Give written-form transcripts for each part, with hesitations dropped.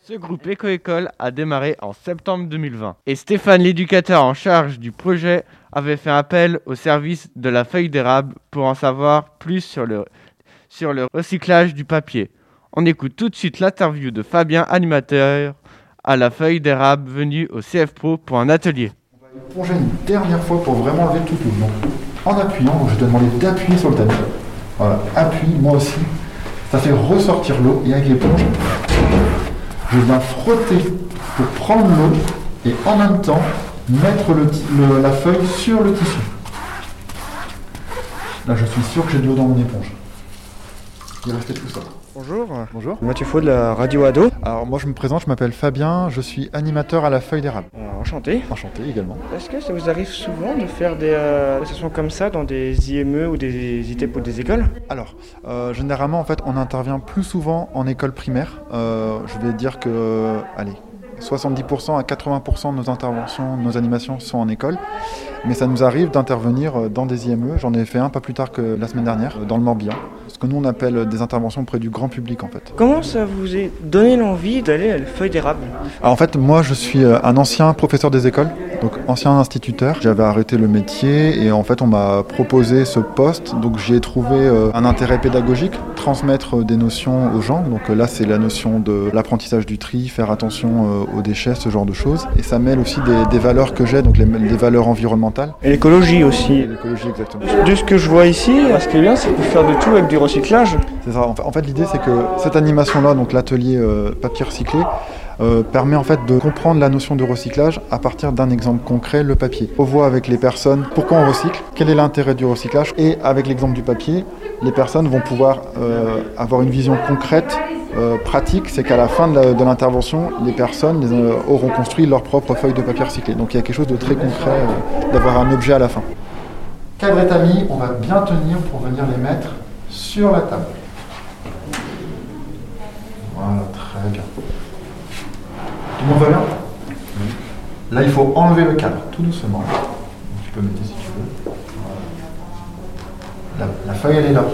Ce groupe Éco-École a démarré en septembre 2020 et Stéphane, l'éducateur en charge du projet, avait fait appel au service de la feuille d'érable pour en savoir plus sur le recyclage du papier. On écoute tout de suite l'interview de Fabien, animateur à la feuille d'érable, venu au CF Pro pour un atelier. On va éponger une dernière fois pour vraiment enlever toute l'eau. Donc, en appuyant, je te demande d'appuyer sur le tamis. Voilà, appuie, moi aussi. Ça fait ressortir l'eau et avec l'éponge, je viens frotter pour prendre l'eau et en même temps mettre la feuille sur le tissu. Là, je suis sûr que j'ai de l'eau dans mon éponge. Il restait tout ça. Bonjour. Bonjour. Mathieu Faux de la Radio Ado. Alors moi je me présente, je m'appelle Fabien, je suis animateur à la feuille d'érable. Enchanté. Enchanté également. Est-ce que ça vous arrive souvent de faire des sessions comme ça dans des IME ou des ITEP ou des écoles? Alors, généralement en fait on intervient plus souvent en école primaire. Je vais dire que, 70% à 80% de nos interventions, nos animations sont en école. Mais ça nous arrive d'intervenir dans des IME. J'en ai fait un pas plus tard que la semaine dernière, dans le Morbihan. Ce que nous on appelle des interventions auprès du grand public en fait. Comment ça vous a donné l'envie d'aller à la feuille d'érable? Alors en fait moi je suis un ancien professeur des écoles, donc ancien instituteur. J'avais arrêté le métier et en fait on m'a proposé ce poste. Donc j'y ai trouvé un intérêt pédagogique, transmettre des notions aux gens. Donc là c'est la notion de l'apprentissage du tri, faire attention aux déchets, ce genre de choses. Et ça mêle aussi des valeurs que j'ai, donc les valeurs environnementales. Et l'écologie aussi. L'écologie, exactement. De ce que je vois ici, ce qui est bien, c'est qu'on peut faire de tout avec du recyclage. C'est ça. En fait, l'idée, c'est que cette animation-là, donc l'atelier papier recyclé, permet en fait de comprendre la notion de recyclage à partir d'un exemple concret, le papier. On voit avec les personnes pourquoi on recycle, quel est l'intérêt du recyclage, et avec l'exemple du papier, les personnes vont pouvoir avoir une vision concrète, pratique, c'est qu'à la fin de l'intervention, les personnes auront construit leur propre feuille de papier recyclé. Donc il y a quelque chose de très concret, d'avoir un objet à la fin. Cadre et tamis, on va bien tenir pour venir les mettre sur la table. Voilà, très bien. Tout le monde va bien ? Oui. Là, il faut enlever le cadre, tout doucement. Tu peux mettre si tu veux. Voilà. La feuille, elle est là.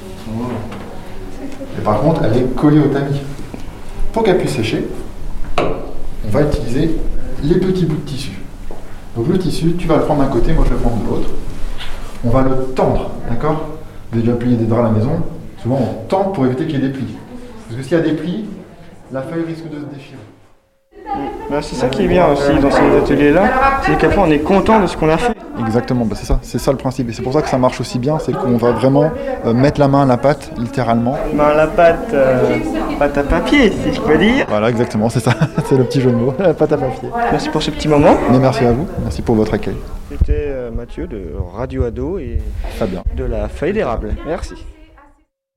Et par contre, elle est collée au tamis. Pour qu'elle puisse sécher, on va utiliser les petits bouts de tissu. Donc le tissu, tu vas le prendre d'un côté, moi je vais le prendre de l'autre. On va le tendre, d'accord ? Vous avez déjà plié des draps à la maison. Souvent, on tend pour éviter qu'il y ait des plis. Parce que s'il y a des plis, la feuille risque de se déchirer. C'est ça qui est bien aussi dans ces ateliers-là, c'est qu'après on est content de ce qu'on a fait. Exactement, c'est ça le principe. Et c'est pour ça que ça marche aussi bien, c'est qu'on va vraiment mettre la main à la pâte, littéralement. Main à la pâte, pâte à papier, si je peux dire. Voilà, exactement, c'est ça, c'est le petit jeu de mots, la pâte à papier. Merci pour ce petit moment. Mais merci à vous, merci pour votre accueil. C'était Mathieu de Radio Ado et Fabien de la feuille d'érable. Merci.